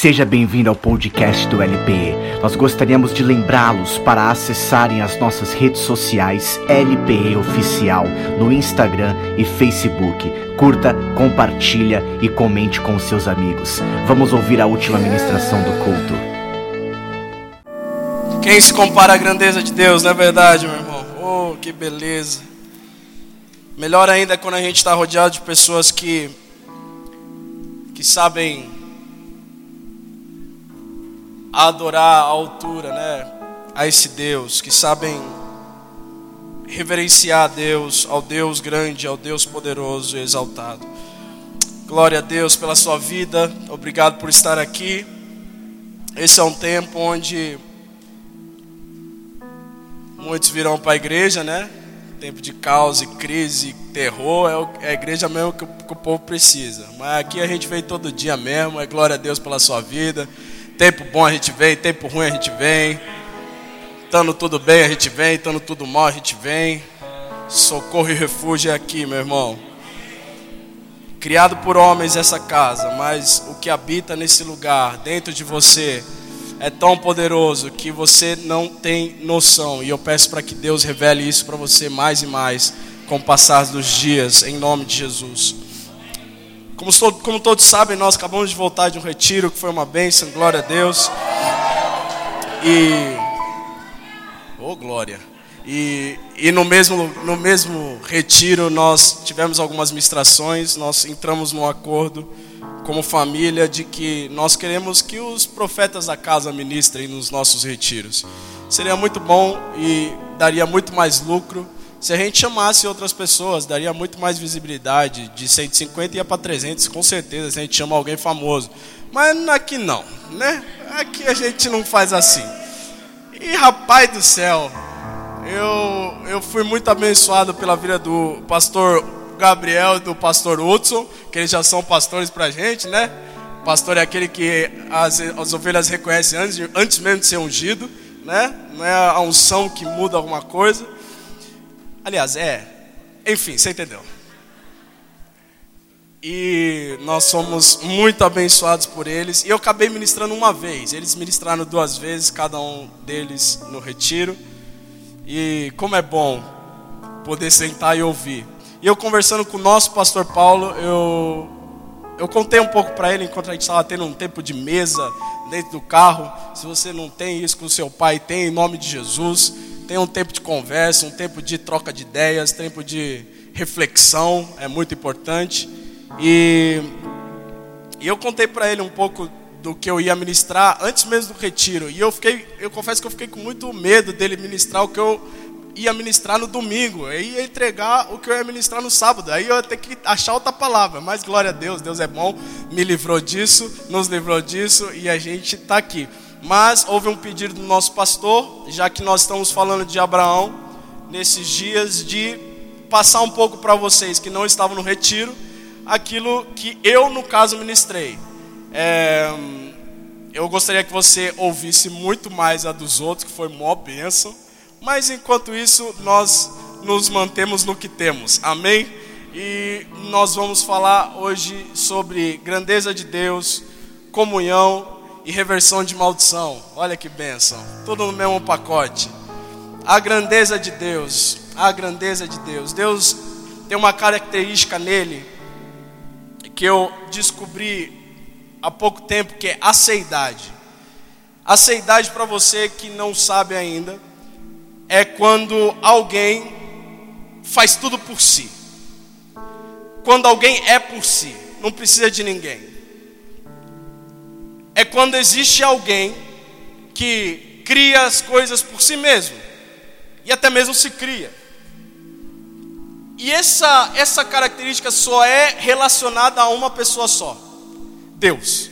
Seja bem-vindo ao podcast do LPE. Nós gostaríamos de lembrá-los para acessarem as nossas redes sociais LPE Oficial no Instagram e Facebook. Curta, compartilha e comente com seus amigos. Vamos ouvir a última ministração do culto. Quem se compara à grandeza de Deus, não é verdade, meu irmão? Oh, que beleza. Melhor ainda é quando a gente está rodeado de pessoas que sabem adorar a altura, né, a esse Deus, que sabem reverenciar a Deus, ao Deus grande, ao Deus poderoso e exaltado. Glória a Deus pela sua vida, obrigado por estar aqui. Esse é um tempo onde muitos virão para a igreja, né? Tempo de caos e crise, terror, é a igreja mesmo que o povo precisa. Mas aqui a gente vem todo dia mesmo, é glória a Deus pela sua vida. Tempo bom a gente vem, tempo ruim a gente vem. Estando tudo bem a gente vem, estando tudo mal a gente vem. Socorro e refúgio é aqui, meu irmão. Criado por homens essa casa, mas o que habita nesse lugar, dentro de você, é tão poderoso que você não tem noção. E eu peço para que Deus revele isso para você mais e mais com o passar dos dias, em nome de Jesus. Como todos sabem, nós acabamos de voltar de um retiro que foi uma bênção, glória a Deus. Glória. E no mesmo retiro nós tivemos algumas ministrações, nós entramos num acordo como família de que nós queremos que os profetas da casa ministrem nos nossos retiros. Seria muito bom e daria muito mais lucro se a gente chamasse outras pessoas, daria muito mais visibilidade. De 150 ia para 300, com certeza, se a gente chama alguém famoso. Mas aqui não, né? Aqui a gente não faz assim. E rapaz do céu, eu fui muito abençoado pela vida do pastor Gabriel e do pastor Hudson, que eles já são pastores pra gente, né? O pastor é aquele que as ovelhas reconhecem antes mesmo de ser ungido, né? Não é a unção que muda alguma coisa. Aliás, enfim, você entendeu. E nós somos muito abençoados por eles. E eu acabei ministrando uma vez. Eles ministraram 2 vezes, cada um deles no retiro. E como é bom poder sentar e ouvir. E eu conversando com o nosso pastor Paulo, eu contei um pouco para ele, enquanto a gente estava tendo um tempo de mesa dentro do carro. Se você não tem isso com seu pai, tem, em nome de Jesus. Tem um tempo de conversa, um tempo de troca de ideias, tempo de reflexão, é muito importante. E eu contei para ele um pouco do que eu ia ministrar antes mesmo do retiro. E eu confesso que eu fiquei com muito medo dele ministrar o que eu ia ministrar no domingo. Eu ia entregar o que eu ia ministrar no sábado. Aí eu ia ter que achar outra palavra. Mas glória a Deus, Deus é bom, me livrou disso, nos livrou disso e a gente está aqui. Mas houve um pedido do nosso pastor, já que nós estamos falando de Abraão, nesses dias, de passar um pouco para vocês que não estavam no retiro, aquilo que eu, no caso, ministrei. Eu gostaria que você ouvisse muito mais a dos outros, que foi mó bênção, mas enquanto isso, nós nos mantemos no que temos, amém? E nós vamos falar hoje sobre grandeza de Deus, comunhão e reversão de maldição. Olha que bênção, tudo no mesmo pacote. A grandeza de Deus, a grandeza de Deus. Deus tem uma característica nele que eu descobri há pouco tempo, que é a seidade. A seidade, para você que não sabe ainda, é quando alguém faz tudo por si. Quando alguém é por si, não precisa de ninguém. É quando existe alguém que cria as coisas por si mesmo. E até mesmo se cria. E essa característica só é relacionada a uma pessoa só. Deus.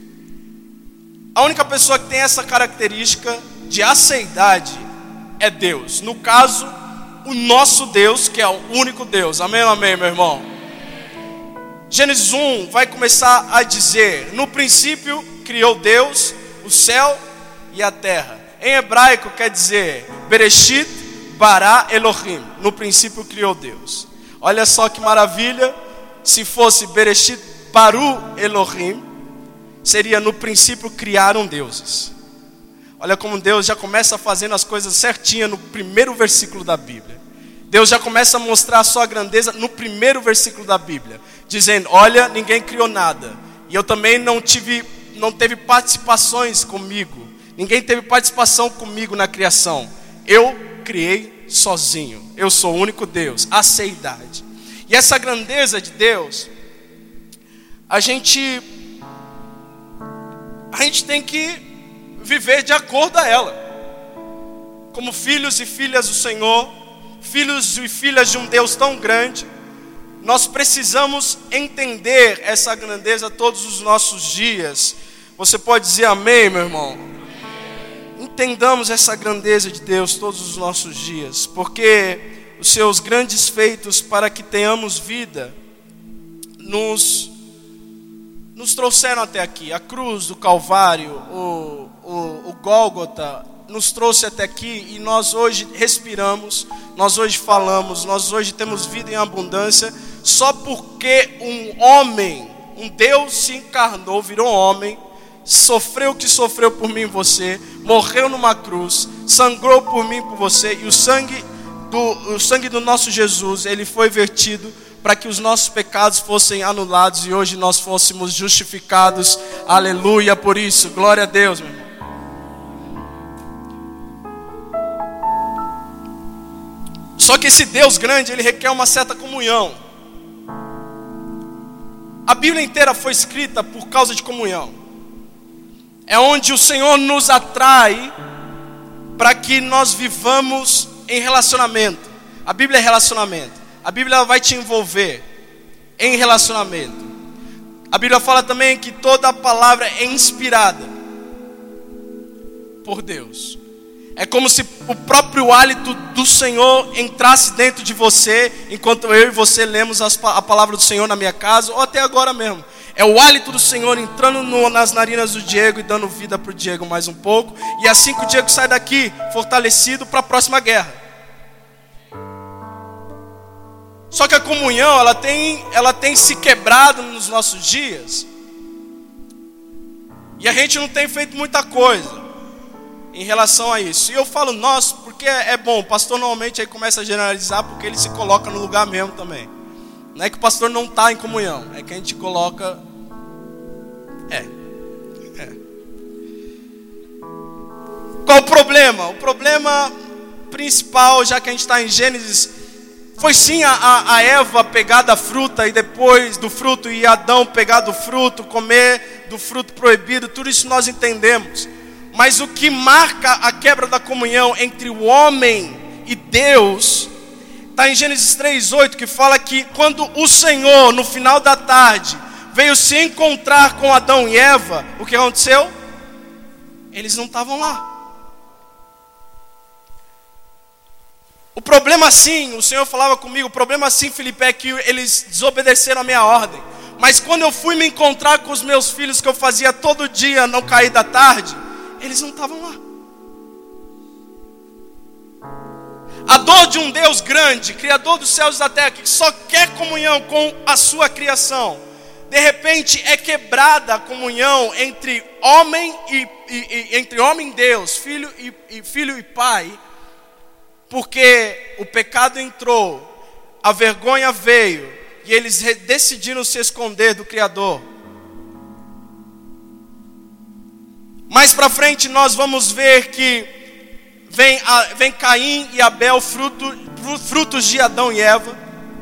A única pessoa que tem essa característica de aceidade é Deus. No caso, o nosso Deus, que é o único Deus. Amém ou amém, meu irmão? Gênesis 1 vai começar a dizer: no princípio criou Deus o céu e a terra. Em hebraico quer dizer Bereshit bara Elohim. No princípio criou Deus. Olha só que maravilha. Se fosse Bereshit baru Elohim, seria: no princípio criaram deuses. Olha como Deus já começa fazendo as coisas certinhas no primeiro versículo da Bíblia. Deus já começa a mostrar a sua grandeza no primeiro versículo da Bíblia, dizendo: olha, ninguém criou nada, e eu também não teve participações comigo. Ninguém teve participação comigo na criação. Eu criei sozinho. Eu sou o único Deus, a seidade. E essa grandeza de Deus, a gente tem que viver de acordo a ela. Como filhos e filhas do Senhor, filhos e filhas de um Deus tão grande, nós precisamos entender essa grandeza todos os nossos dias. Você pode dizer amém, meu irmão? Entendamos essa grandeza de Deus todos os nossos dias, porque os seus grandes feitos para que tenhamos vida nos trouxeram até aqui. A cruz do Calvário, o Gólgota nos trouxe até aqui, e nós hoje respiramos, nós hoje falamos, nós hoje temos vida em abundância, só porque um homem, um Deus se encarnou, virou homem, sofreu o que sofreu por mim e você, morreu numa cruz, sangrou por mim e por você, e o sangue do nosso Jesus, ele foi vertido para que os nossos pecados fossem anulados e hoje nós fôssemos justificados. Aleluia por isso, glória a Deus, meu irmão. Só que esse Deus grande, ele requer uma certa comunhão. A Bíblia inteira foi escrita por causa de comunhão. É onde o Senhor nos atrai para que nós vivamos em relacionamento. A Bíblia é relacionamento. A Bíblia vai te envolver em relacionamento. A Bíblia fala também que toda a palavra é inspirada por Deus. É como se o próprio hálito do Senhor entrasse dentro de você, enquanto eu e você lemos a palavra do Senhor na minha casa, ou até agora mesmo. É o hálito do Senhor entrando nas narinas do Diego e dando vida para o Diego mais um pouco. E assim que o Diego sai daqui, fortalecido para a próxima guerra. Só que a comunhão, ela tem se quebrado nos nossos dias. E a gente não tem feito muita coisa em relação a isso. E eu falo nós, porque é bom. O pastor normalmente aí começa a generalizar, porque ele se coloca no lugar mesmo também. Não é que o pastor não está em comunhão, é que a gente coloca... Qual o problema? O problema principal, já que a gente está em Gênesis, foi sim a Eva pegar da fruta e depois do fruto, e Adão pegar do fruto, comer do fruto proibido, tudo isso nós entendemos. Mas o que marca a quebra da comunhão entre o homem e Deus está em Gênesis 3:8, que fala que quando o Senhor, no final da tarde, veio se encontrar com Adão e Eva, o que aconteceu? Eles não estavam lá. O problema sim, o Senhor falava comigo, o problema sim, Felipe, é que eles desobedeceram a minha ordem. Mas quando eu fui me encontrar com os meus filhos, que eu fazia todo dia no cair da tarde, eles não estavam lá. A dor de um Deus grande, Criador dos céus e da terra, que só quer comunhão com a sua criação, de repente é quebrada a comunhão entre homem e Deus, filho e pai, porque o pecado entrou, a vergonha veio, e eles decidiram se esconder do Criador. Mais para frente nós vamos ver que vem Caim e Abel, frutos de Adão e Eva.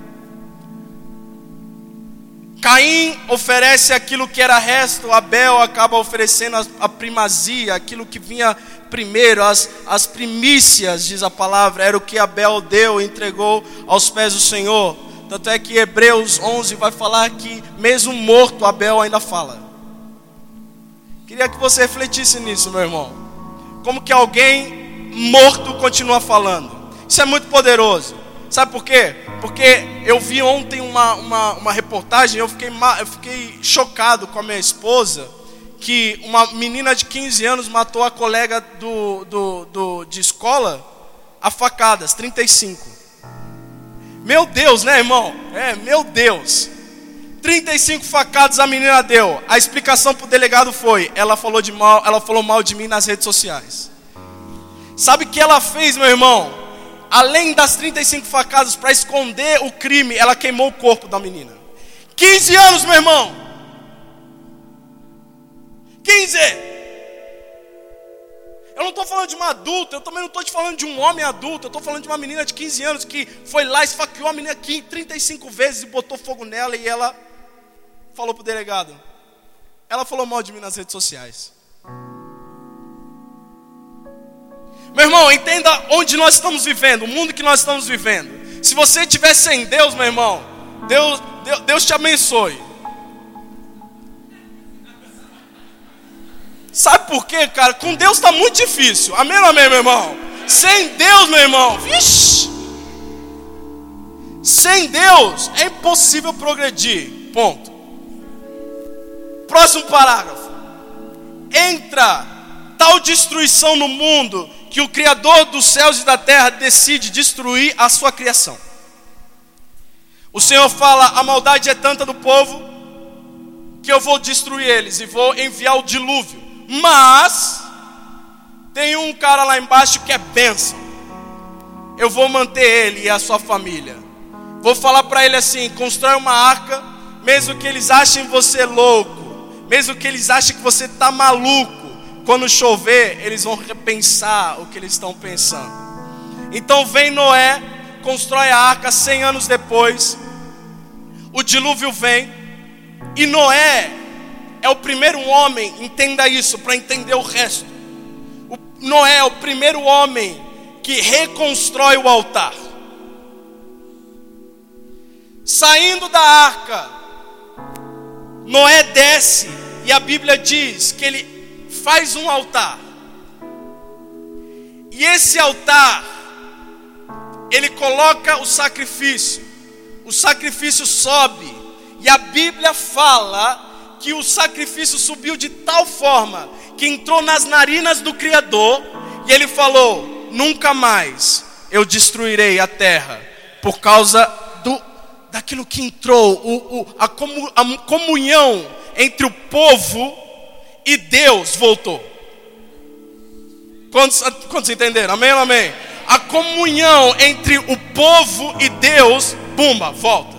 Caim oferece aquilo que era resto, Abel acaba oferecendo a primazia, aquilo que vinha primeiro, as primícias, diz a palavra, era o que Abel deu, entregou aos pés do Senhor. Tanto é que Hebreus 11 vai falar que mesmo morto Abel ainda fala. Queria que você refletisse nisso, meu irmão. Como que alguém morto continua falando? Isso é muito poderoso. Sabe por quê? Porque eu vi ontem uma reportagem, eu fiquei chocado com a minha esposa, que uma menina de 15 anos matou a colega de escola a facadas, 35. Meu Deus, né, irmão? Meu Deus. 35 facadas a menina deu. A explicação pro delegado foi: ela falou mal de mim nas redes sociais. Sabe o que ela fez, meu irmão? Além das 35 facadas, para esconder o crime, ela queimou o corpo da menina. 15 anos, meu irmão. 15. Eu não estou falando de uma adulta, eu também não estou te falando de um homem adulto. Eu estou falando de uma menina de 15 anos que foi lá, esfaqueou a menina aqui 35 vezes e botou fogo nela. E ela falou pro delegado: ela falou mal de mim nas redes sociais. Meu irmão, entenda onde nós estamos vivendo, o mundo que nós estamos vivendo. Se você estiver sem Deus, meu irmão, Deus te abençoe. Sabe por quê, cara? Com Deus está muito difícil. Amém ou amém, meu irmão? Sem Deus, meu irmão, vixe. Sem Deus é impossível progredir. Ponto. Próximo parágrafo. Entra tal destruição no mundo que o Criador dos céus e da terra decide destruir a sua criação. O Senhor fala: a maldade é tanta do povo que eu vou destruir eles e vou enviar o dilúvio. Mas tem um cara lá embaixo que é bênção. Eu vou manter ele e a sua família. Vou falar para ele assim: constrói uma arca, mesmo que eles achem você louco, mesmo que eles achem que você está maluco. Quando chover, eles vão repensar o que eles estão pensando. Então vem Noé, constrói a arca. 100 anos depois, o dilúvio vem. E Noé é o primeiro homem, entenda isso, para entender o resto. Noé é o primeiro homem que reconstrói o altar. Saindo da arca, Noé desce e a Bíblia diz que ele faz um altar. E esse altar, ele coloca o sacrifício. O sacrifício sobe. E a Bíblia fala que o sacrifício subiu de tal forma que entrou nas narinas do Criador. E ele falou: nunca mais eu destruirei a terra, por causa daquilo que entrou. A comunhão entre o povo e Deus voltou. Quantos entenderam? Amém ou amém? A comunhão entre o povo e Deus, bumba, volta.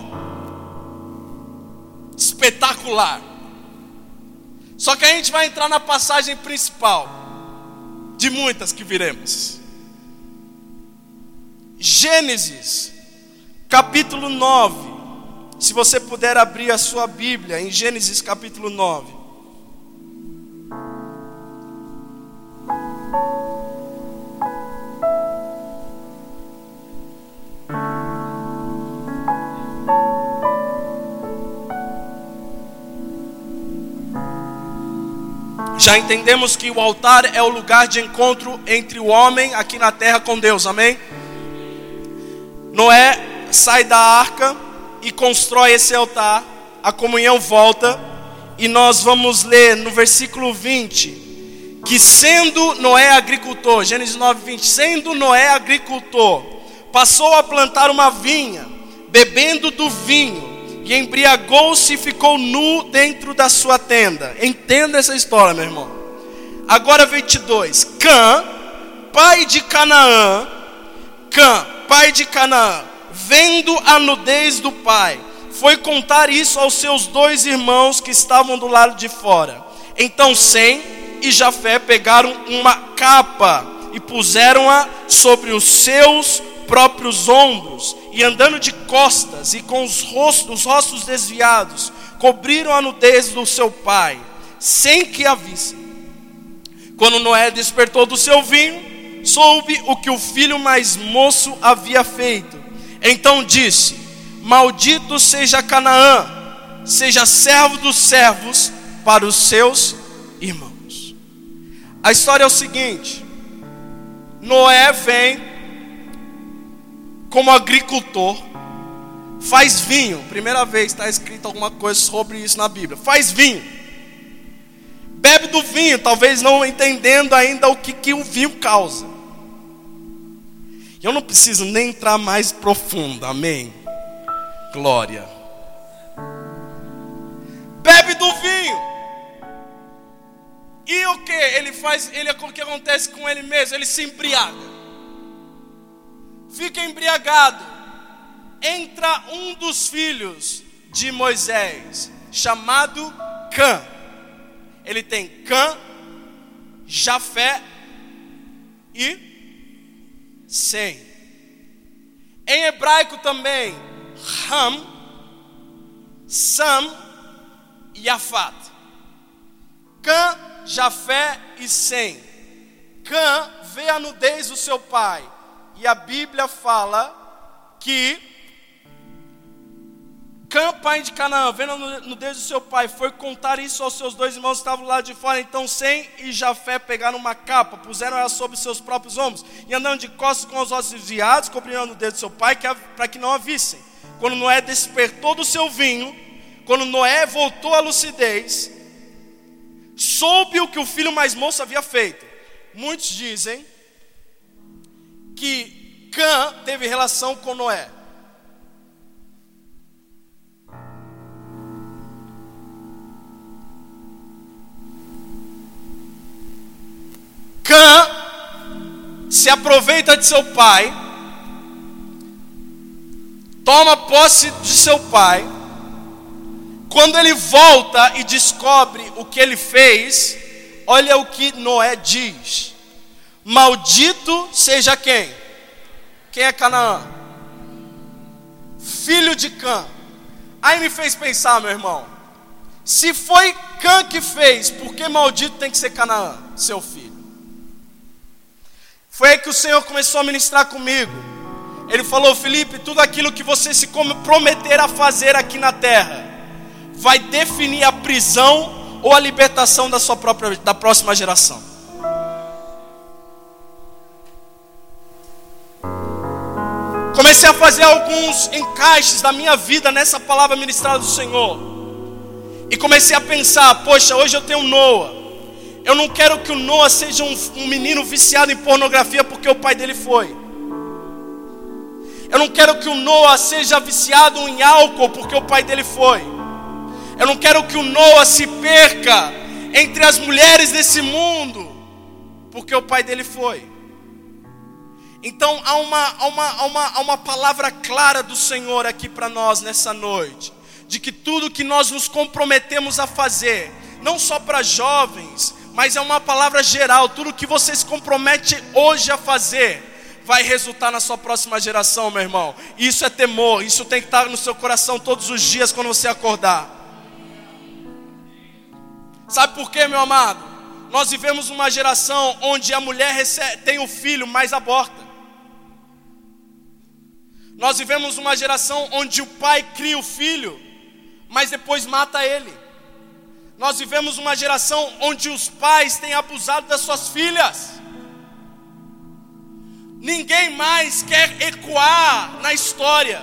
Espetacular. Só que a gente vai entrar na passagem principal, de muitas que viremos. Gênesis, capítulo 9. Se você puder abrir a sua Bíblia em Gênesis capítulo 9. Já entendemos que o altar é o lugar de encontro entre o homem aqui na terra com Deus, amém? Noé sai da arca e constrói esse altar, a comunhão volta, e nós vamos ler no versículo 20, que sendo Noé agricultor, Gênesis 9, 20, sendo Noé agricultor, passou a plantar uma vinha, bebendo do vinho, e embriagou-se e ficou nu dentro da sua tenda. Entenda essa história, meu irmão. Agora 22. Cã, pai de Canaã, vendo a nudez do pai, foi contar isso aos seus 2 irmãos que estavam do lado de fora. Então Sem e Jafé pegaram uma capa e puseram-a sobre os seus próprios ombros, e andando de costas e com os rostos desviados, cobriram a nudez do seu pai, sem que a vissem. Quando Noé despertou do seu vinho, soube o que o filho mais moço havia feito. Então disse: maldito seja Canaã, seja servo dos servos para os seus irmãos. A história é o seguinte: Noé vem como agricultor, faz vinho. Primeira vez está escrito alguma coisa sobre isso na Bíblia. Faz vinho, bebe do vinho, talvez não entendendo ainda o que o vinho causa. Eu não preciso nem entrar mais profundo, amém? Glória. o que? O que acontece com ele mesmo? Ele se embriaga. Fica embriagado. Entra um dos filhos de Moisés, chamado Cã. Ele tem Cã, Jafé e Sem. Em hebraico também, Ham, Sam e Yafat. Cã, Jafé e Sem. Cã vê a nudez do seu pai. E a Bíblia fala que Cã, pai de Canaã, vendo a nudez do seu pai, foi contar isso aos seus dois irmãos que estavam lá de fora. Então Sem e Jafé pegaram uma capa, puseram ela sobre seus próprios ombros, e andando de costas com os ossos desviados, cobriram a nudez do seu pai, para que não a vissem. Quando Noé despertou do seu vinho, quando Noé voltou à lucidez, soube o que o filho mais moço havia feito. Muitos dizem que Cã teve relação com Noé. Cã se aproveita de seu pai, toma posse de seu pai. Quando ele volta e descobre o que ele fez, olha o que Noé diz: maldito seja quem? Quem é Canaã? Filho de Cã. Aí me fez pensar, meu irmão, se foi Cã que fez, por que maldito tem que ser Canaã, seu filho? Foi aí que o Senhor começou a ministrar comigo. Ele falou: Felipe, tudo aquilo que você se comprometer a fazer aqui na terra vai definir a prisão ou a libertação da próxima geração. Comecei a fazer alguns encaixes da minha vida nessa palavra ministrada do Senhor. E comecei a pensar: poxa, hoje eu tenho Noah. Eu não quero que o Noah seja um menino viciado em pornografia porque o pai dele foi. Eu não quero que o Noah seja viciado em álcool porque o pai dele foi. Eu não quero que o Noah se perca entre as mulheres desse mundo porque o pai dele foi. Então há uma palavra clara do Senhor aqui para nós nessa noite, de que tudo que nós nos comprometemos a fazer, não só para jovens, mas é uma palavra geral. Tudo que você se compromete hoje a fazer vai resultar na sua próxima geração, meu irmão. Isso é temor, isso tem que estar no seu coração todos os dias quando você acordar. Sabe por quê, meu amado? Nós vivemos uma geração onde a mulher tem o filho, mas aborta. Nós vivemos uma geração onde o pai cria o filho, mas depois mata ele. Nós vivemos uma geração onde os pais têm abusado das suas filhas. Ninguém mais quer ecoar na história.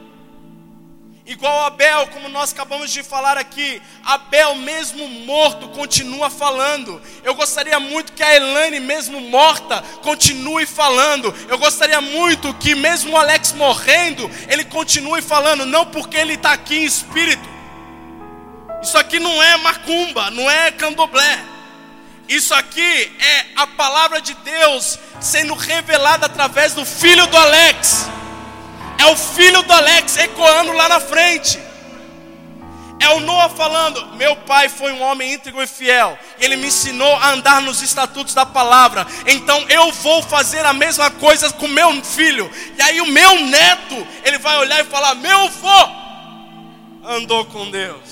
Igual Abel, como nós acabamos de falar aqui. Abel, mesmo morto, continua falando. Eu gostaria muito que a Elaine, mesmo morta, continue falando. Eu gostaria muito que mesmo o Alex morrendo, ele continue falando. Não porque ele está aqui em espírito. Isso aqui não é macumba, não é candomblé. Isso aqui é a palavra de Deus sendo revelada através do filho do Alex. É o filho do Alex ecoando lá na frente. É o Noah falando: meu pai foi um homem íntegro e fiel, ele me ensinou a andar nos estatutos da palavra. Então eu vou fazer a mesma coisa com meu filho. E aí o meu neto, ele vai olhar e falar: meu avô andou com Deus.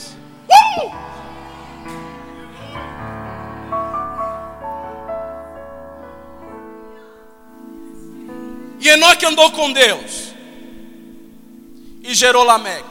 E Enoque andou com Deus e gerou Lameque.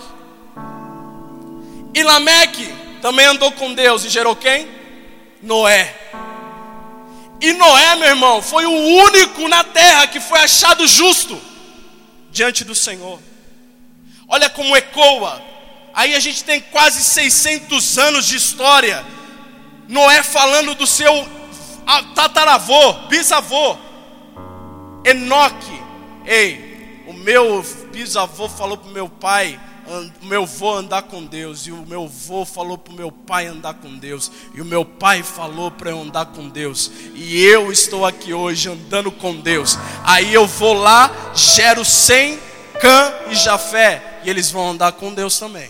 E Lameque também andou com Deus e gerou quem? Noé. E Noé, meu irmão, foi o único na terra que foi achado justo diante do Senhor. Olha como ecoa. Aí a gente tem quase 600 anos de história. Noé falando do seu tataravô, bisavô, Enoque. Ei, o meu bisavô falou para o meu pai andar com Deus, e o meu avô falou para o meu pai andar com Deus, e o meu pai falou para eu andar com Deus, e eu estou aqui hoje andando com Deus. Aí eu vou lá, gero Sem, Cã e Jafé, e eles vão andar com Deus também.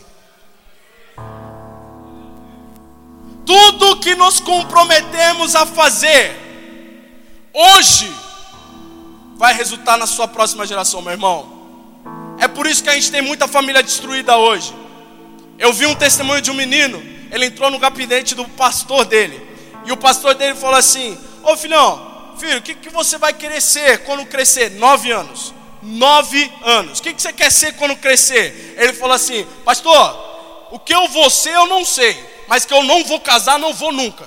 Tudo que nos comprometemos a fazer hoje vai resultar na sua próxima geração, meu irmão. É por isso que a gente tem muita família destruída hoje. Eu vi um testemunho de um menino. Ele entrou no gabinete do pastor dele, e o pastor dele falou assim: ô filhão, filho, o que você vai querer ser quando crescer? 9 anos. 9 anos. O que você quer ser quando crescer? Ele falou assim: pastor, o que eu vou ser eu não sei, mas que eu não vou casar, não vou nunca.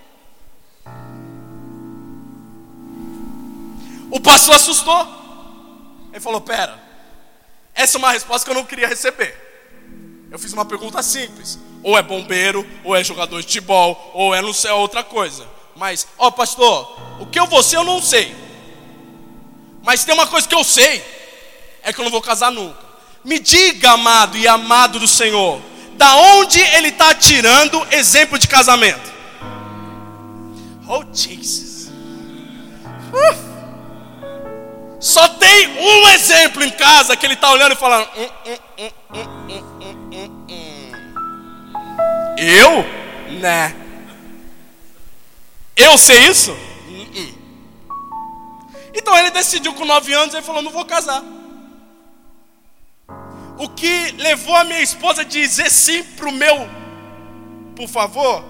O pastor assustou. Ele falou: pera, essa é uma resposta que eu não queria receber. Eu fiz uma pergunta simples: ou é bombeiro, ou é jogador de futebol, ou é não sei outra coisa. Mas, pastor, o que eu vou ser eu não sei, mas tem uma coisa que eu sei, é que eu não vou casar nunca. Me diga, amado e amado do Senhor, da onde ele está tirando exemplo de casamento? Oh, Jesus. Só tem um exemplo em casa que ele está olhando e falando: eu? Né? Eu sei isso? Então ele decidiu com 9 anos, ele falou: não vou casar. O que levou a minha esposa a dizer sim pro meu, por favor,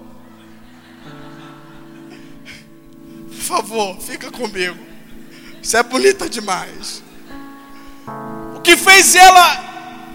fica comigo, você é bonita demais. O que fez ela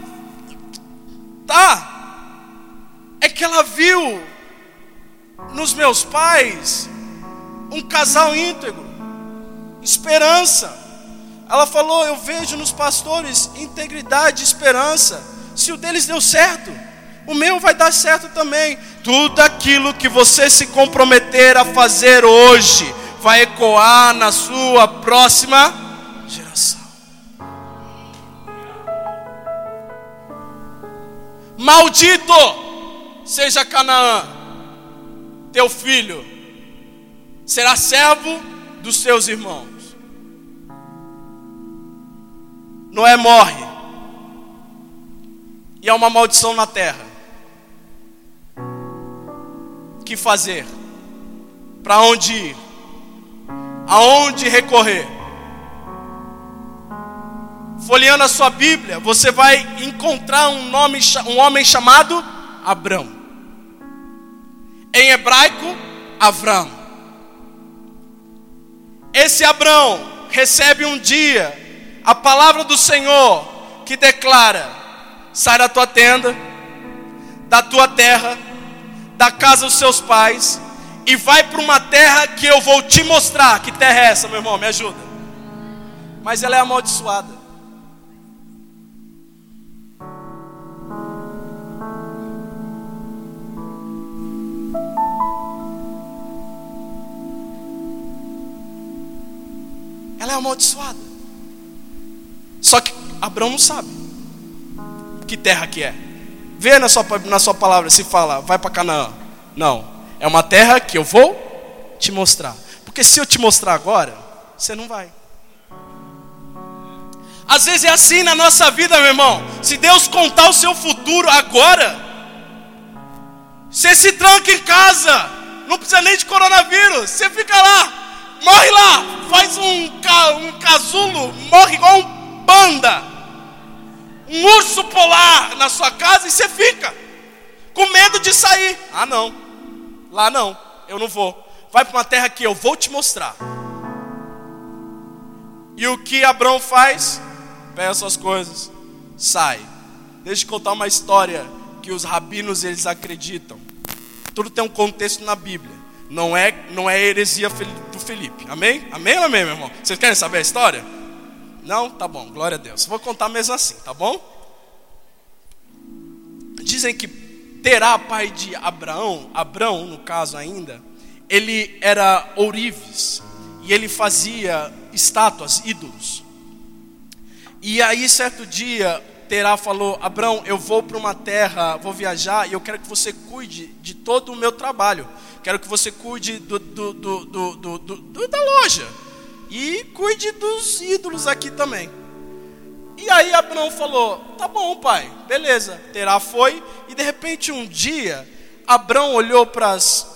é que ela viu nos meus pais um casal íntegro, esperança. Ela falou: eu vejo nos pastores integridade e esperança. Se o deles deu certo, o meu vai dar certo também. Tudo aquilo que você se comprometer a fazer hoje vai ecoar na sua próxima geração. Maldito seja Canaã, teu filho será servo dos seus irmãos. Noé morre, e há uma maldição na terra. O que fazer? Para onde ir? Aonde recorrer? Folheando a sua Bíblia, você vai encontrar um homem chamado Abrão. Em hebraico, Avram. Esse Abrão recebe um dia a palavra do Senhor que declara: sai da tua tenda, da tua terra, da casa dos seus pais, e vai para uma terra que eu vou te mostrar. Que terra é essa, meu irmão? Me ajuda. Mas ela é amaldiçoada. Ela é amaldiçoada. Só que Abraão não sabe que terra que é. Vê na sua palavra se fala: vai para Canaã. Não, é uma terra que eu vou te mostrar. Porque se eu te mostrar agora, você não vai. Às vezes é assim na nossa vida, meu irmão. Se Deus contar o seu futuro agora, você se tranca em casa. Não precisa nem de coronavírus. Você fica lá, morre lá, faz um casulo, morre igual um panda, um urso polar na sua casa, e você fica com medo de sair. Ah não, lá não, eu não vou. Vai para uma terra que eu vou te mostrar. E o que Abrão faz? Pega suas coisas, sai. Deixa eu contar uma história que os rabinos eles acreditam. Tudo tem um contexto na Bíblia. Não é heresia do Felipe. Amém? Amém ou amém, meu irmão? Vocês querem saber a história? Não? Tá bom, glória a Deus. Vou contar mesmo assim, tá bom? Dizem que Terá, pai de Abrão no caso ainda, ele era ourives, e ele fazia estátuas, ídolos. E aí certo dia, Terá falou: Abrão, eu vou para uma terra, vou viajar, e eu quero que você cuide de todo o meu trabalho. Quero que você cuide da loja. E cuide dos ídolos aqui também. E aí Abrão falou: tá bom, pai, beleza. Terá foi, e de repente um dia, Abrão olhou para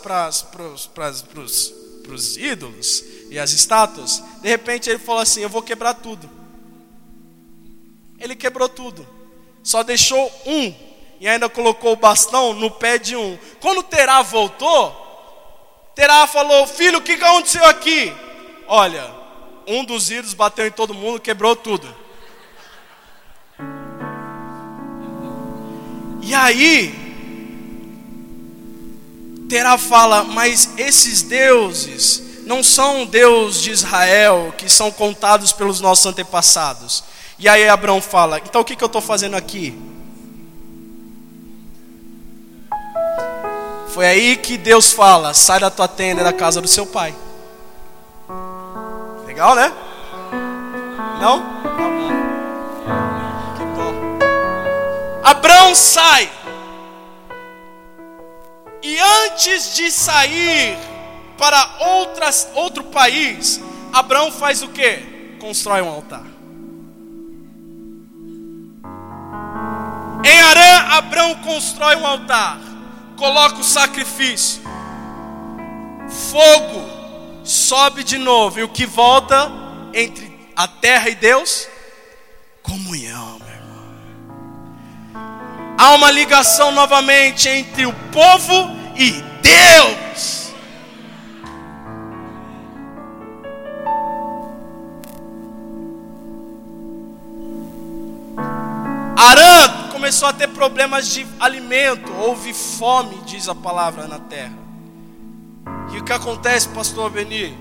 os ídolos e as estátuas. De repente ele falou assim: eu vou quebrar tudo. Ele quebrou tudo, só deixou um, e ainda colocou o bastão no pé de um. Quando Terá voltou, Terá falou: filho, o que aconteceu aqui? Olha, um dos ídolos bateu em todo mundo, quebrou tudo. E aí Terá fala: mas esses deuses não são Deus de Israel, que são contados pelos nossos antepassados. E aí Abrão fala: então o que eu estou fazendo aqui? Foi aí que Deus fala: sai da tua tenda e da casa do seu pai. Legal, né? Não? Tá bom. Que bom. Abrão sai. E antes de sair para outro país, Abrão faz o quê? Constrói um altar. Em Harã, Abrão constrói um altar, coloca o sacrifício, fogo sobe de novo, e o que volta entre a terra e Deus? Comunhão, meu irmão. Há uma ligação novamente entre o povo e Deus. Harã começou a ter problemas de alimento, houve fome, diz a palavra, na terra. E o que acontece, pastor Beni?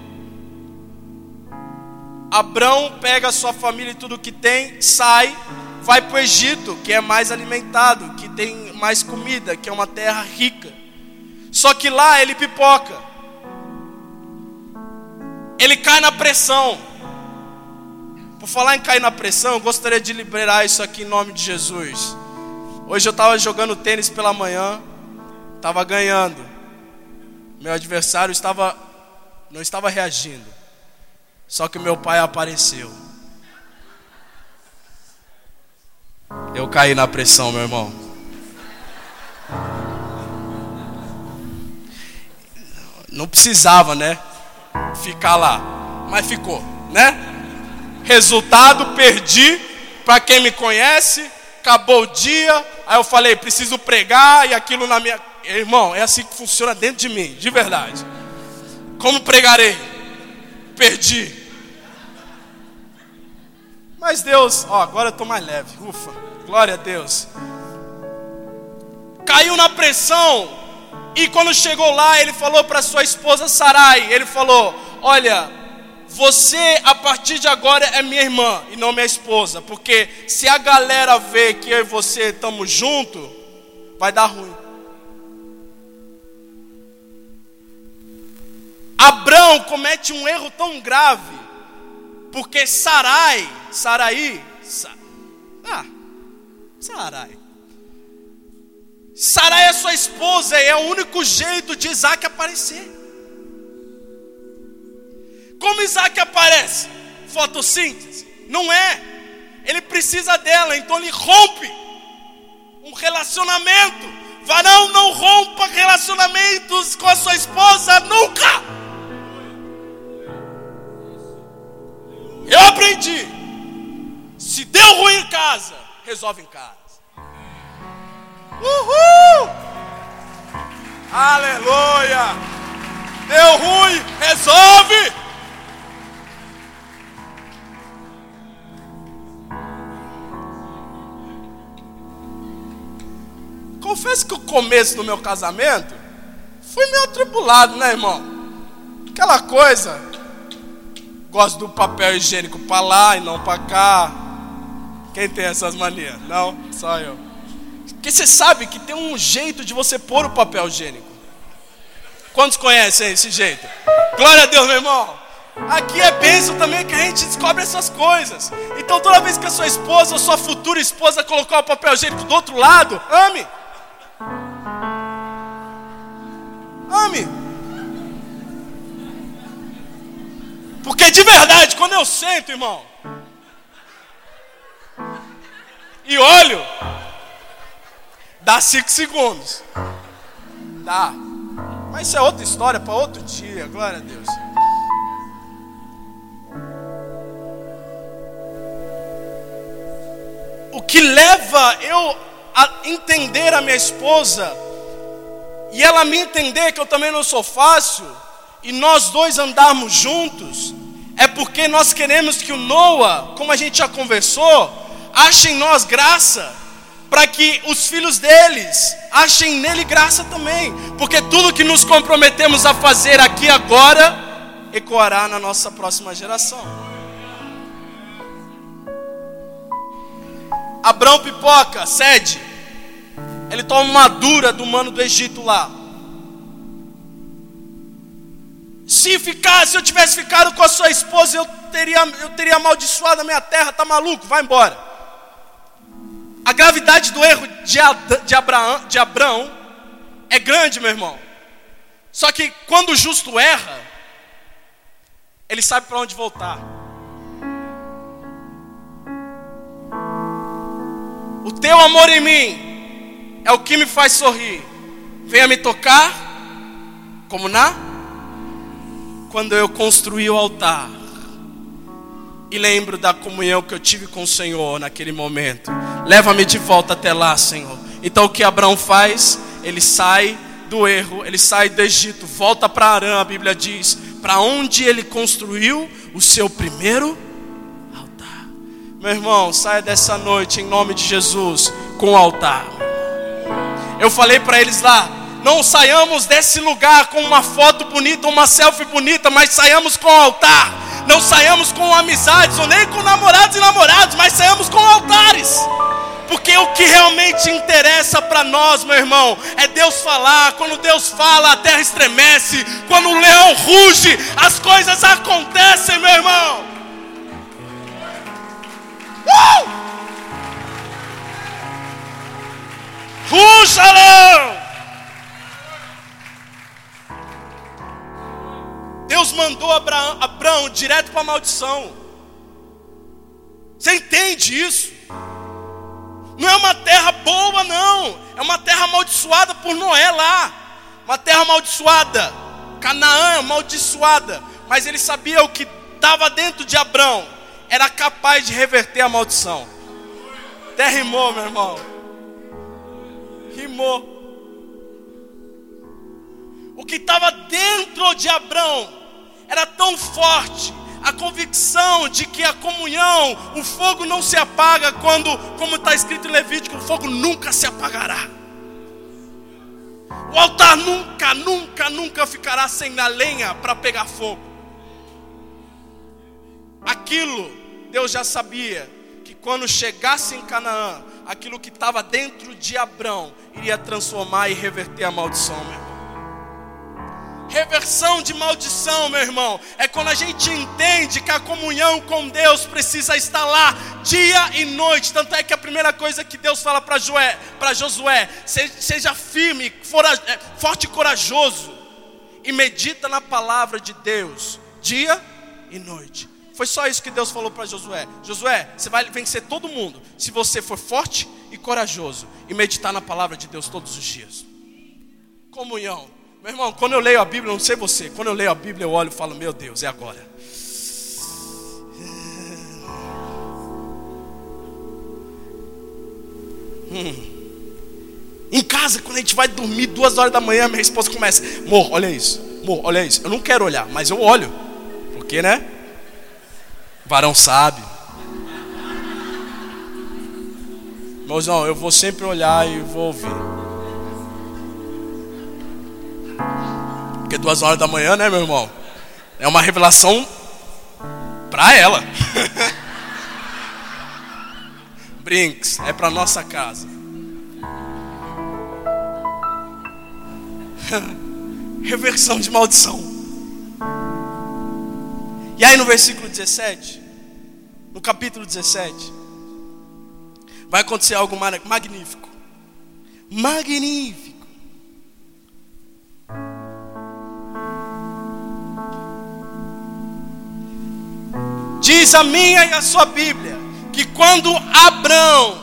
Abrão pega a sua família e tudo que tem, sai, vai para o Egito, que é mais alimentado, que tem mais comida, que é uma terra rica. Só que lá ele pipoca, ele cai na pressão. Por falar em cair na pressão, eu gostaria de liberar isso aqui em nome de Jesus. Hoje eu estava jogando tênis pela manhã, estava ganhando. Meu adversário não estava reagindo. Só que meu pai apareceu. Eu caí na pressão, meu irmão. Não precisava, né? Ficar lá. Mas ficou, né? Resultado, perdi. Para quem me conhece, acabou o dia. Aí eu falei: preciso pregar. E aquilo na minha... Irmão, é assim que funciona dentro de mim, de verdade. Como pregarei? Perdi. Mas Deus, agora eu estou mais leve. Ufa, glória a Deus. Caiu na pressão. E quando chegou lá, ele falou para sua esposa Sarai. Ele falou: olha, você a partir de agora é minha irmã e não minha esposa. Porque se a galera vê que eu e você estamos juntos, vai dar ruim. Abrão comete um erro tão grave, porque Sarai é sua esposa e é o único jeito de Isaac aparecer. Como Isaac aparece? Fotossíntese? Não é. Ele precisa dela, então ele rompe um relacionamento. Varão, não rompa relacionamentos com a sua esposa nunca. Eu aprendi. Se deu ruim em casa, resolve em casa. Uhul! Aleluia! Deu ruim, resolve! Confesso que o começo do meu casamento foi meio atribulado, né, irmão? Aquela coisa, gosto do papel higiênico para lá e não para cá. Quem tem essas manias? Não, só eu. Porque você sabe que tem um jeito de você pôr o papel higiênico. Quantos conhecem esse jeito? Glória a Deus, meu irmão. Aqui é bênção também que a gente descobre essas coisas. Então toda vez que a sua esposa ou sua futura esposa colocar o papel higiênico do outro lado, ame. Ame. Porque de verdade, quando eu sento, irmão, e olho, dá 5 segundos. Dá. Mas isso é outra história para outro dia, glória a Deus. O que leva eu a entender a minha esposa e ela me entender que eu também não sou fácil e nós dois andarmos juntos é porque nós queremos que o Noah, como a gente já conversou, ache em nós graça, para que os filhos deles achem nele graça também, porque tudo que nos comprometemos a fazer aqui agora ecoará na nossa próxima geração. Abrão pipoca, cede. Ele toma uma dura do mano do Egito lá. Se eu tivesse ficado com a sua esposa, eu teria amaldiçoado a minha terra, tá maluco? Vai embora. A gravidade do erro de Abraão é grande, meu irmão. Só que quando o justo erra, ele sabe para onde voltar. O teu amor em mim é o que me faz sorrir. Venha me tocar, como quando eu construí o altar. E lembro da comunhão que eu tive com o Senhor naquele momento. Leva-me de volta até lá, Senhor. Então o que Abraão faz? Ele sai do erro, ele sai do Egito, volta para Arã, a Bíblia diz, para onde ele construiu o seu primeiro altar. Meu irmão, saia dessa noite em nome de Jesus com o altar. Eu falei para eles lá, não saiamos desse lugar com uma foto bonita, uma selfie bonita, mas saiamos com o altar. Não saiamos com amizades ou nem com namorados e namorados, mas saiamos com altares. Porque o que realmente interessa para nós, meu irmão, é Deus falar. Quando Deus fala, a terra estremece. Quando o leão ruge, as coisas acontecem, meu irmão. Ruja, leão! Deus mandou Abraão direto para a maldição. Você entende isso? Não é uma terra boa, não. É uma terra amaldiçoada por Noé lá. Uma terra amaldiçoada. Canaã amaldiçoada. Mas ele sabia o que estava dentro de Abraão era capaz de reverter a maldição. Até rimou, meu irmão. Rimou. O que estava dentro de Abraão era tão forte, a convicção de que a comunhão, o fogo não se apaga quando, como está escrito em Levítico, o fogo nunca se apagará. O altar nunca ficará sem a lenha para pegar fogo. Aquilo, Deus já sabia, que quando chegasse em Canaã, aquilo que estava dentro de Abrão, iria transformar e reverter a maldição, meu irmão. Reversão de maldição, meu irmão, é quando a gente entende que a comunhão com Deus precisa estar lá dia e noite. Tanto é que a primeira coisa que Deus fala para Josué, seja firme, forte e corajoso, e medita na palavra de Deus dia e noite. Foi só isso que Deus falou para Josué. Josué, você vai vencer todo mundo se você for forte e corajoso e meditar na palavra de Deus todos os dias. Comunhão. Meu irmão, quando eu leio a Bíblia, não sei você, quando eu leio a Bíblia eu olho e falo, meu Deus, é agora. Em casa, quando a gente vai dormir 2 horas da manhã, minha esposa começa, amor, olha isso, eu não quero olhar, mas eu olho, porque né, varão sabe. Irmãozão, eu vou sempre olhar e vou ouvir. Porque 2 horas da manhã, né, meu irmão? É uma revelação para ela. Brinks, é para nossa casa. Reversão de maldição. E aí no versículo 17, no capítulo 17, vai acontecer algo magnífico. Magnífico. Diz a minha e a sua Bíblia que quando Abrão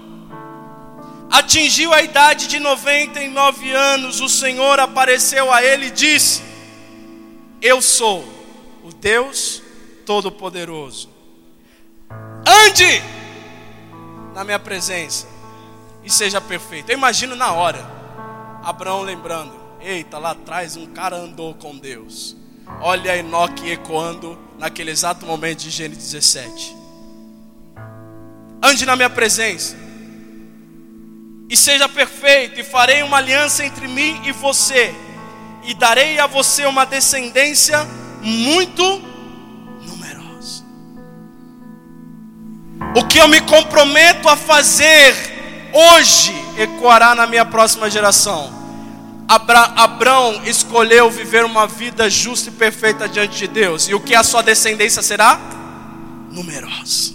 atingiu a idade de 99 anos, o Senhor apareceu a ele e disse: eu sou o Deus Todo-Poderoso. Ande na minha presença e seja perfeito. Eu imagino na hora Abraão lembrando: eita, lá atrás um cara andou com Deus. Olha Enoque ecoando naquele exato momento de Gênesis 17. Ande na minha presença e seja perfeito, e farei uma aliança entre mim e você, e darei a você uma descendência muito numerosa. O que eu me comprometo a fazer hoje ecoará na minha próxima geração. Abrão escolheu viver uma vida justa e perfeita diante de Deus. E o que a sua descendência será? Numerosa.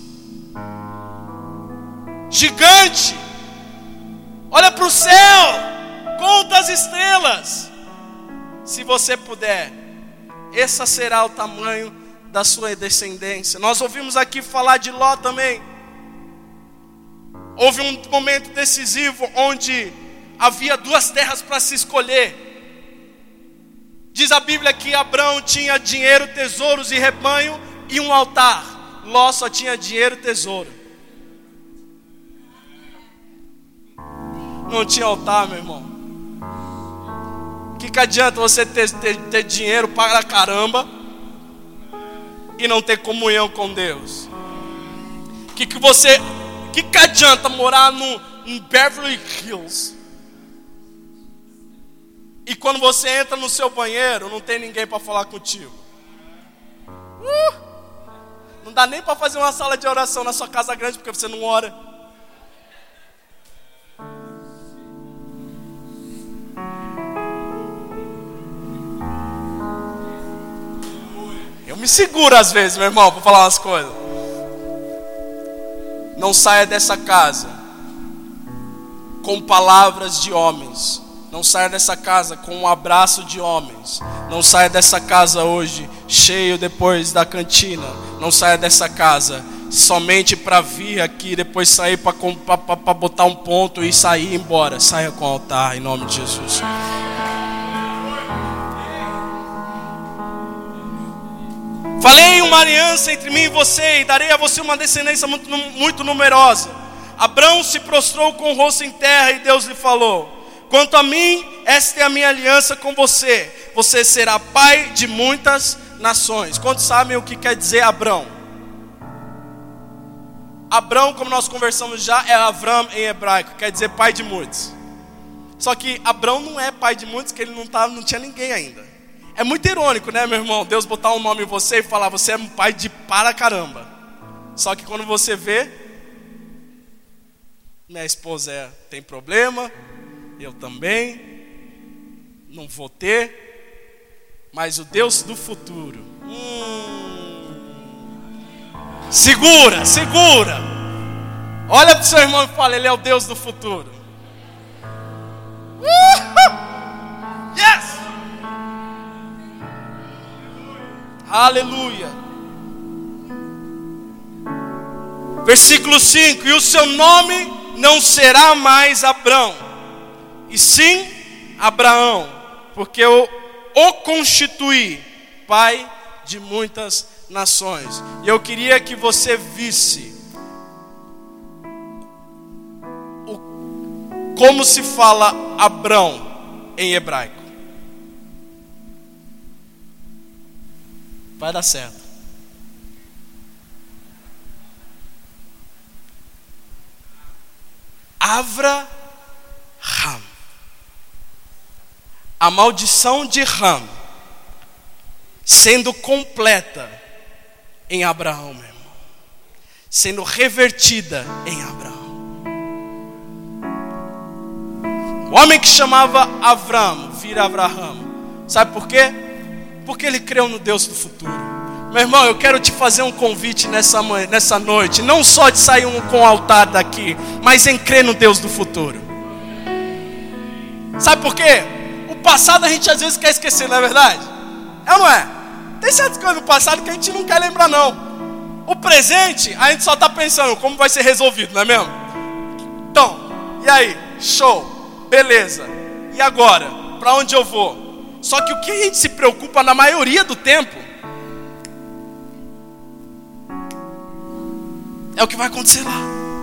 Gigante. Olha para o céu. Conta as estrelas. Se você puder, esse será o tamanho da sua descendência. Nós ouvimos aqui falar de Ló também. Houve um momento decisivo onde havia duas terras para se escolher. Diz a Bíblia que Abrão tinha dinheiro, tesouros e rebanho e um altar. Ló só tinha dinheiro e tesouro. Não tinha altar, meu irmão. O que adianta você ter dinheiro para caramba e não ter comunhão com Deus? O que adianta morar em Beverly Hills e quando você entra no seu banheiro não tem ninguém para falar contigo? Não dá nem para fazer uma sala de oração na sua casa grande porque você não ora. Eu me seguro às vezes, meu irmão, para falar umas coisas. Não saia dessa casa com palavras de homens. Não saia dessa casa com um abraço de homens. Não saia dessa casa hoje cheio depois da cantina. Não saia dessa casa somente para vir aqui, depois sair para botar um ponto e sair e ir embora. Saia com o altar em nome de Jesus. Falei uma aliança entre mim e você, e darei a você uma descendência muito numerosa. Abrão se prostrou com o rosto em terra e Deus lhe falou: quanto a mim, esta é a minha aliança com você. Você será pai de muitas nações. Quantos sabem o que quer dizer Abrão? Abrão, como nós conversamos já, é Avram em hebraico, quer dizer pai de muitos. Só que Abrão não é pai de muitos, porque ele não tinha ninguém ainda. É muito irônico, né, meu irmão? Deus botar um nome em você e falar: você é um pai de para caramba. Só que quando você vê, minha esposa tem problema, eu também, não vou ter, mas o Deus do futuro. Segura. Olha para o seu irmão e fala: ele é o Deus do futuro. Yes! Aleluia. Versículo 5: e o seu nome não será mais Abrão, e sim Abraão, porque eu o constituí pai de muitas nações. E eu queria que você visse como se fala Abrão em hebraico. Vai dar certo. Avraham. A maldição de Ram sendo completa em Abraão, meu irmão. Sendo revertida em Abraão. O homem que chamava Avram vira Abraham. Sabe por quê? Porque ele creu no Deus do futuro. Meu irmão, eu quero te fazer um convite nessa noite. Não só de sair com o altar daqui, mas em crer no Deus do futuro. Sabe por quê? O passado a gente às vezes quer esquecer, não é verdade? É ou não é? Tem certas coisas do passado que a gente não quer lembrar não. O presente, a gente só está pensando como vai ser resolvido, não é mesmo? Então, e aí? Show, beleza. E agora? Para onde eu vou? Só que o que a gente se preocupa na maioria do tempo é o que vai acontecer lá.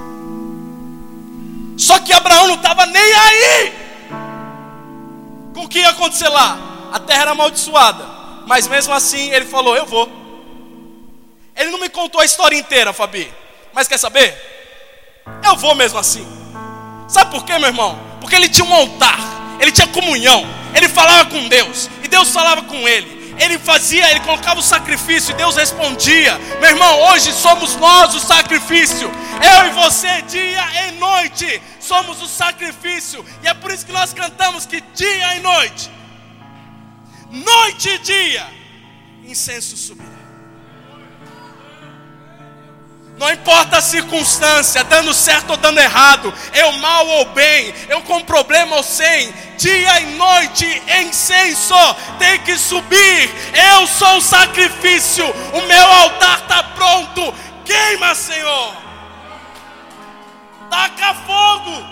Só que Abraão não estava nem aí com o que ia acontecer lá. A terra era amaldiçoada, mas mesmo assim ele falou, eu vou. Ele não me contou a história inteira, Fabi, mas quer saber? Eu vou mesmo assim. Sabe por quê, meu irmão? Porque ele tinha um altar, ele tinha comunhão, ele falava com Deus e Deus falava com ele. Ele colocava o sacrifício e Deus respondia. Meu irmão, hoje somos nós o sacrifício. Eu e você, dia e noite, somos o sacrifício. E é por isso que nós cantamos que dia e noite, noite e dia, incenso subirá. Não importa a circunstância, dando certo ou dando errado, eu mal ou bem, eu com problema ou sem, dia e noite, incenso tem que subir. Eu sou o sacrifício, o meu altar está pronto. Queima, Senhor, taca fogo.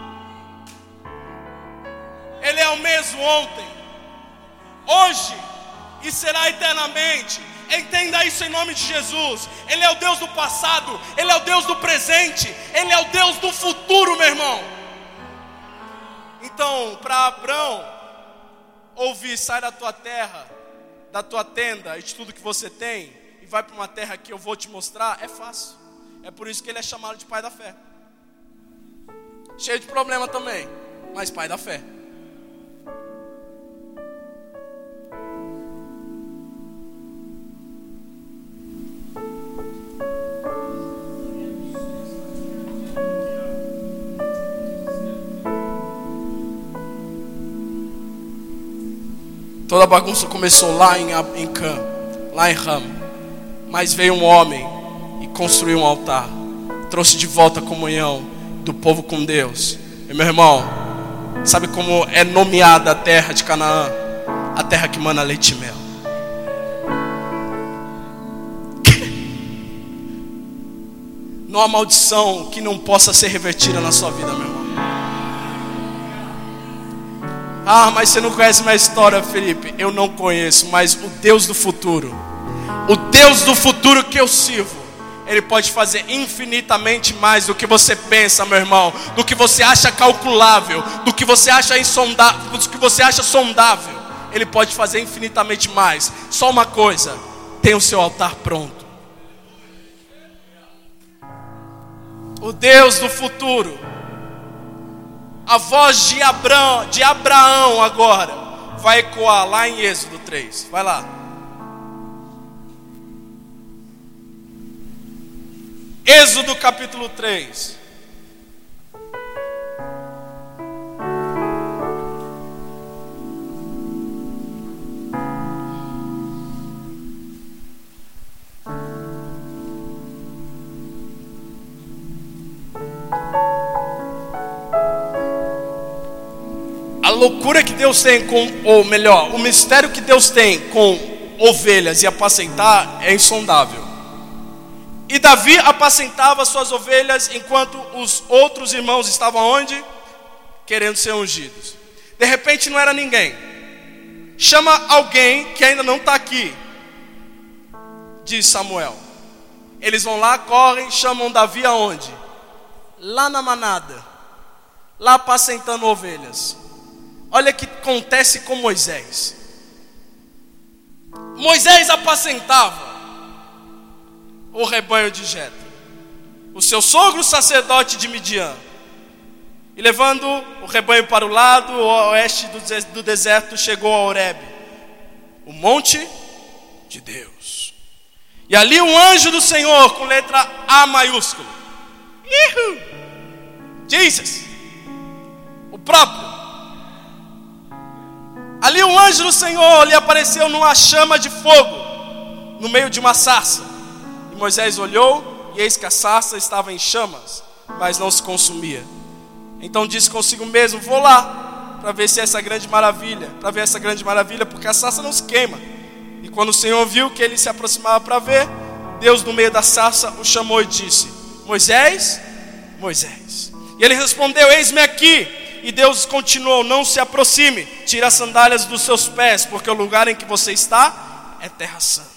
Ele é o mesmo ontem, hoje e será eternamente. Entenda isso em nome de Jesus. Ele é o Deus do passado, Ele é o Deus do presente, Ele é o Deus do futuro, meu irmão. Então, para Abraão ouvir, sai da tua terra, da tua tenda e de tudo que você tem, e vai para uma terra que eu vou te mostrar, é fácil. É por isso que ele é chamado de pai da fé. Cheio de problema também, mas pai da fé. Toda a bagunça começou lá em Ram. Mas veio um homem e construiu um altar. Trouxe de volta a comunhão do povo com Deus. E meu irmão, sabe como é nomeada a terra de Canaã? A terra que mana leite e mel. Não há maldição que não possa ser revertida na sua vida, meu irmão. Ah, mas você não conhece minha história, Felipe. Eu não conheço, mas o Deus do futuro, o Deus do futuro que eu sirvo, Ele pode fazer infinitamente mais do que você pensa, meu irmão, do que você acha calculável, do que você acha insondável, do que você acha sondável. Ele pode fazer infinitamente mais. Só uma coisa: tem o seu altar pronto. O Deus do futuro. A voz de Abraão agora vai ecoar lá em Êxodo 3. Vai lá. Êxodo capítulo 3. A loucura que Deus tem ou melhor, o mistério que Deus tem com ovelhas e apacentar é insondável. E Davi apacentava suas ovelhas enquanto os outros irmãos estavam onde? Querendo ser ungidos. De repente não era ninguém. Chama alguém que ainda não está aqui, diz Samuel. Eles vão lá, correm, chamam Davi aonde? Lá na manada, lá apacentando ovelhas. Olha o que acontece com Moisés. Moisés apacentava o rebanho de Jetro, o seu sogro sacerdote de Midian, e levando o rebanho para o lado oeste do deserto, chegou a Horebe, o monte de Deus. E ali um anjo do Senhor, com letra A maiúsculo, Jesus, o próprio. Ali um anjo do Senhor lhe apareceu numa chama de fogo, no meio de uma sarça. E Moisés olhou, e eis que a sarça estava em chamas, mas não se consumia. Então disse consigo mesmo: vou lá, para ver se essa grande maravilha, porque a sarça não se queima. E quando o Senhor viu que ele se aproximava para ver, Deus no meio da sarça o chamou e disse: Moisés, Moisés. E ele respondeu: eis-me aqui. E Deus continuou: não se aproxime, tire as sandálias dos seus pés, porque o lugar em que você está é terra santa.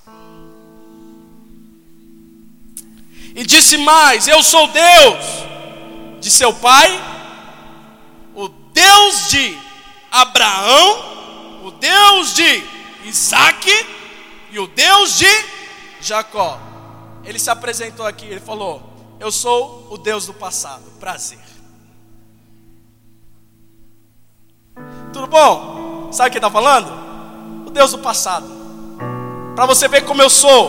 E disse mais: eu sou Deus de seu pai, o Deus de Abraão, o Deus de Isaac e o Deus de Jacó. Ele se apresentou aqui, ele falou: eu sou o Deus do passado, prazer. Tudo bom? Sabe o que ele está falando? O Deus do passado. Para você ver como eu sou.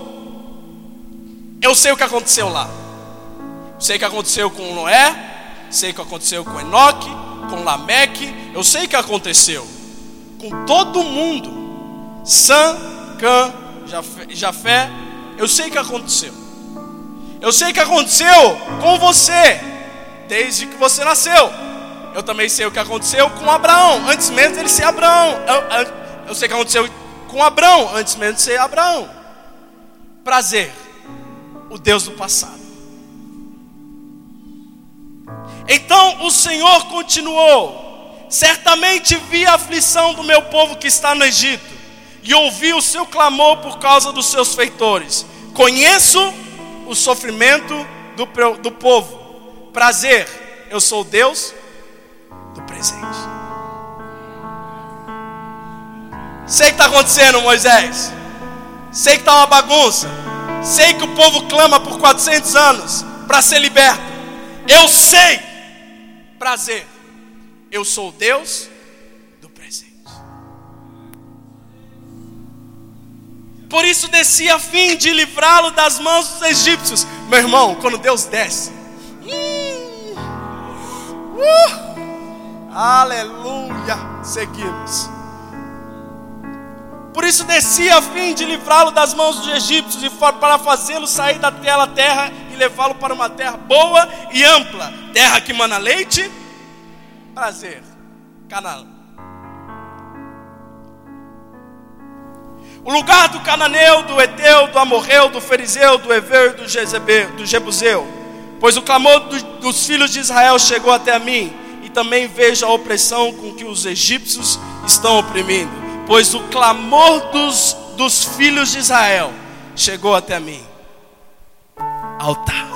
Eu sei o que aconteceu lá. Sei o que aconteceu com Noé, sei o que aconteceu com Enoque, com Lameque. Eu sei o que aconteceu com todo mundo. Sam, Cã, Jafé. Eu sei o que aconteceu. Eu sei o que aconteceu com você desde que você nasceu. Eu também sei o que aconteceu com Abraão, antes mesmo dele ser Abraão. Eu sei o que aconteceu com Abraão, antes mesmo de ser Abraão. Prazer, o Deus do passado. Então o Senhor continuou: certamente vi a aflição do meu povo que está no Egito, e ouvi o seu clamor por causa dos seus feitores. Conheço o sofrimento do povo. Prazer, eu sou Deus do presente. Sei que está acontecendo, Moisés. Sei que está uma bagunça. Sei que o povo clama por 400 anos para ser liberto. Eu sei. Prazer, eu sou Deus do presente. Por isso desci a fim de livrá-lo das mãos dos egípcios. Meu irmão, quando Deus desce, aleluia, seguimos. Por isso desci a fim de livrá-lo das mãos dos egípcios, e para fazê-lo sair daquela terra e levá-lo para uma terra boa e ampla, terra que mana leite, prazer, Canaã. O lugar do cananeu, do Eteu, do Amorreu, do Ferizeu, do Heveu e do Jebuseu. Pois o clamor dos filhos de Israel chegou até a mim, e também vejo a opressão com que os egípcios estão oprimindo. Pois o clamor dos filhos de Israel chegou até mim. Altar.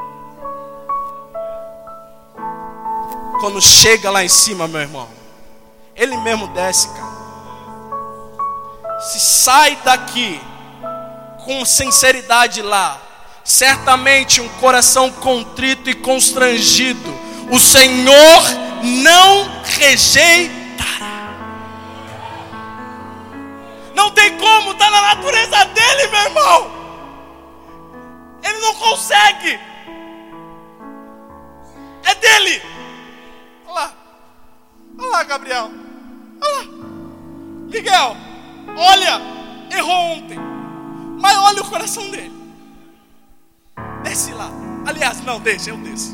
Quando chega lá em cima, meu irmão, ele mesmo desce, cara. Se sai daqui com sinceridade lá, certamente um coração contrito e constrangido, o Senhor não rejeitará. Não tem como, está na natureza dele, meu irmão. Ele não consegue. É dele. Olha lá, Gabriel. Olha lá, Miguel. Olha, errou ontem, mas olha o coração dele. Desce lá. Aliás, não, deixa, eu desço.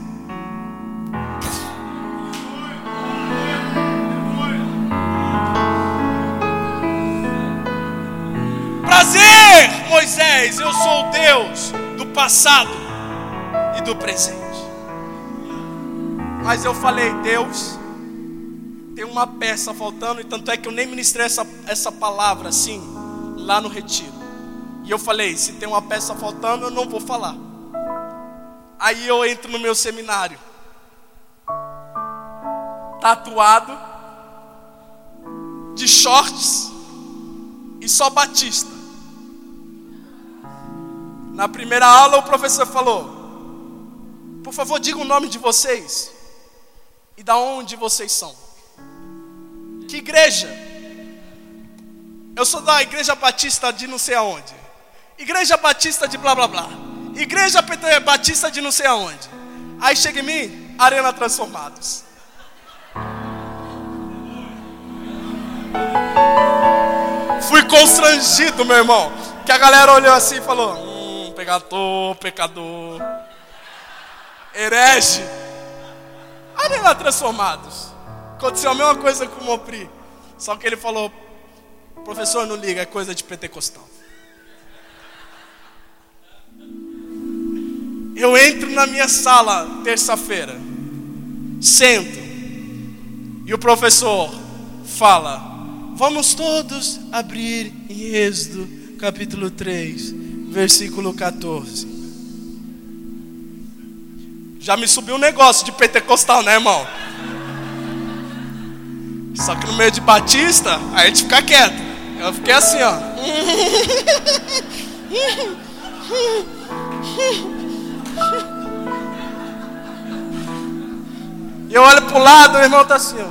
Prazer, Moisés, eu sou o Deus do passado e do presente. Mas eu falei: Deus, tem uma peça faltando, e tanto é que eu nem ministrei essa palavra assim, lá no retiro. E eu falei: se tem uma peça faltando, eu não vou falar. Aí eu entro no meu seminário, tatuado, de shorts e só batista. Na primeira aula o professor falou: por favor, diga o nome de vocês e da onde vocês são. Que igreja? Eu sou da Igreja Batista de não sei aonde. Igreja Batista de blá blá blá. Igreja Batista de não sei aonde. Aí chega em mim: Arena Transformados. Fui constrangido, meu irmão. Que a galera olhou assim e falou: pecador, herege. Olha lá, Transformados. Aconteceu a mesma coisa com o Mopri. Só que ele falou: professor, não liga, é coisa de pentecostal. Eu entro na minha sala terça-feira, sento, e o professor fala: vamos todos abrir em Êxodo capítulo 3, versículo 14. Já me subiu um negócio de pentecostal, né, irmão? Só que no meio de batista, aí a gente fica quieto. Eu fiquei assim, ó. E eu olho pro lado, o irmão tá assim, ó.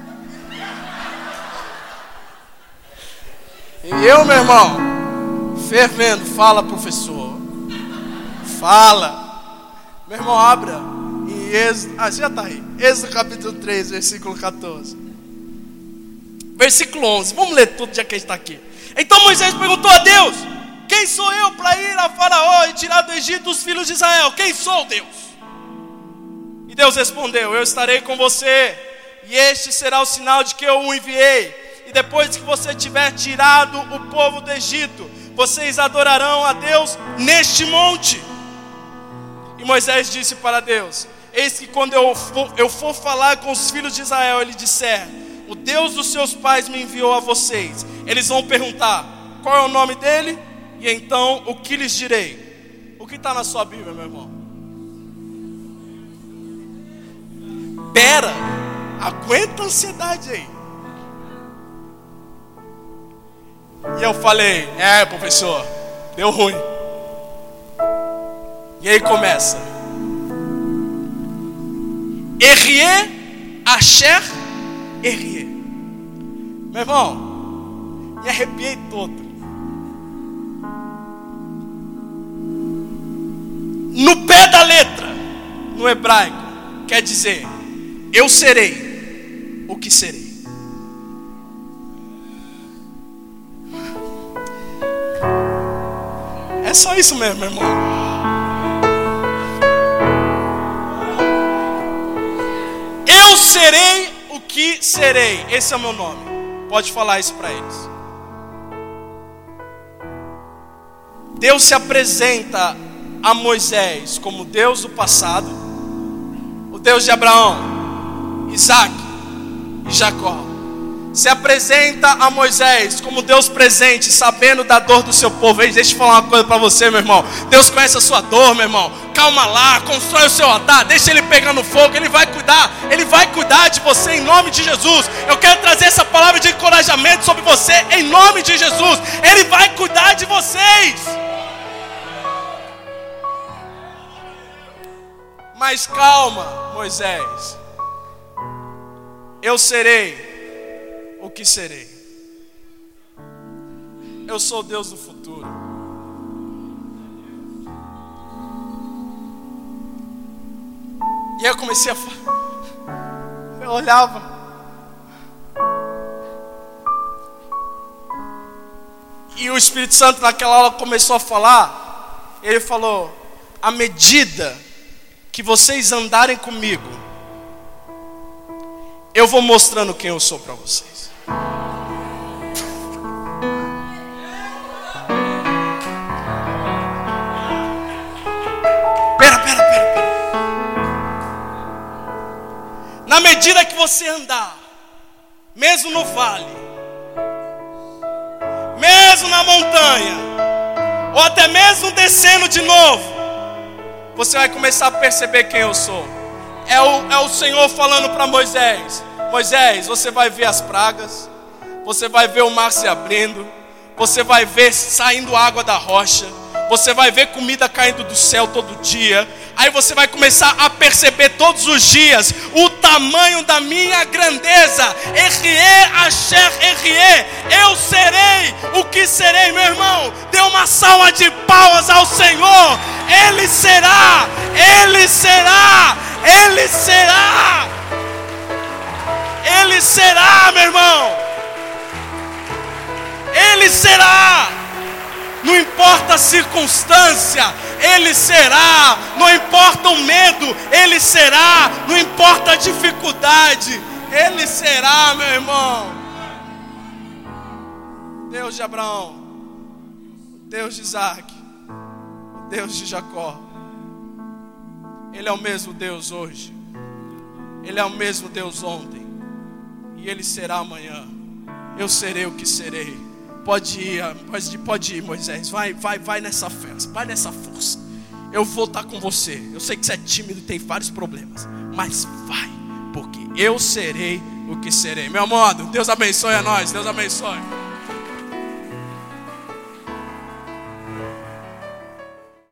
E eu, meu irmão, fervendo, fala, professor. Fala. Meu irmão, abra em Êxodo. Você já tá aí. Êxodo capítulo 3, versículo 14. Versículo 11. Vamos ler tudo já que a gente está aqui. Então Moisés perguntou a Deus: quem sou eu para ir a Faraó e tirar do Egito os filhos de Israel? Quem sou, Deus? E Deus respondeu: eu estarei com você, e este será o sinal de que eu o enviei. E depois que você tiver tirado o povo do Egito, vocês adorarão a Deus neste monte. E Moisés disse para Deus: eis que quando eu for falar com os filhos de Israel, ele disser: o Deus dos seus pais me enviou a vocês. Eles vão perguntar: qual é o nome dele? E então, o que lhes direi? O que está na sua Bíblia, meu irmão? Pera, aguenta a ansiedade aí. E eu falei: professor, deu ruim. E aí começa: Errie, Asher, Errie. Meu irmão, me arrepiei todo. No pé da letra, no hebraico, quer dizer: eu serei o que serei. É só isso mesmo, meu irmão. Eu serei o que serei. Esse é o meu nome. Pode falar isso para eles. Deus se apresenta a Moisés como Deus do passado, o Deus de Abraão, Isaac e Jacó. Se apresenta a Moisés como Deus presente, sabendo da dor do seu povo. Ei, deixa eu falar uma coisa para você, meu irmão. Deus conhece a sua dor, meu irmão. Calma lá, constrói o seu altar, deixa ele pegando fogo. Ele vai cuidar de você em nome de Jesus. Eu quero trazer essa palavra de encorajamento sobre você em nome de Jesus. Ele vai cuidar de vocês. Mas calma, Moisés. Eu serei o que serei. Eu sou o Deus do futuro. E aí eu comecei a falar. Eu olhava. E o Espírito Santo naquela hora começou a falar. Ele falou: à medida que vocês andarem comigo, eu vou mostrando quem eu sou para vocês. Pera. Na medida que você andar, mesmo no vale, mesmo na montanha, ou até mesmo descendo de novo, você vai começar a perceber quem eu sou. É o Senhor falando para Moisés: Moisés, você vai ver as pragas, você vai ver o mar se abrindo, você vai ver saindo água da rocha, você vai ver comida caindo do céu todo dia. Aí você vai começar a perceber todos os dias o tamanho da minha grandeza. Errie, Asher, Errie. Eu serei o que serei, meu irmão. Dê uma salva de palmas ao Senhor. Ele será, Ele será, Ele será. Ele será, meu irmão. Ele será. Não importa a circunstância, Ele será. Não importa o medo, Ele será. Não importa a dificuldade, Ele será, meu irmão. Deus de Abraão, Deus de Isaac, Deus de Jacó, Ele é o mesmo Deus hoje, Ele é o mesmo Deus ontem, e Ele será amanhã. Eu serei o que serei. Pode ir, Moisés, vai nessa fé, vai nessa força. Eu vou estar com você. Eu sei que você é tímido e tem vários problemas, mas vai, porque eu serei o que serei. Meu amado, Deus abençoe a nós, Deus abençoe.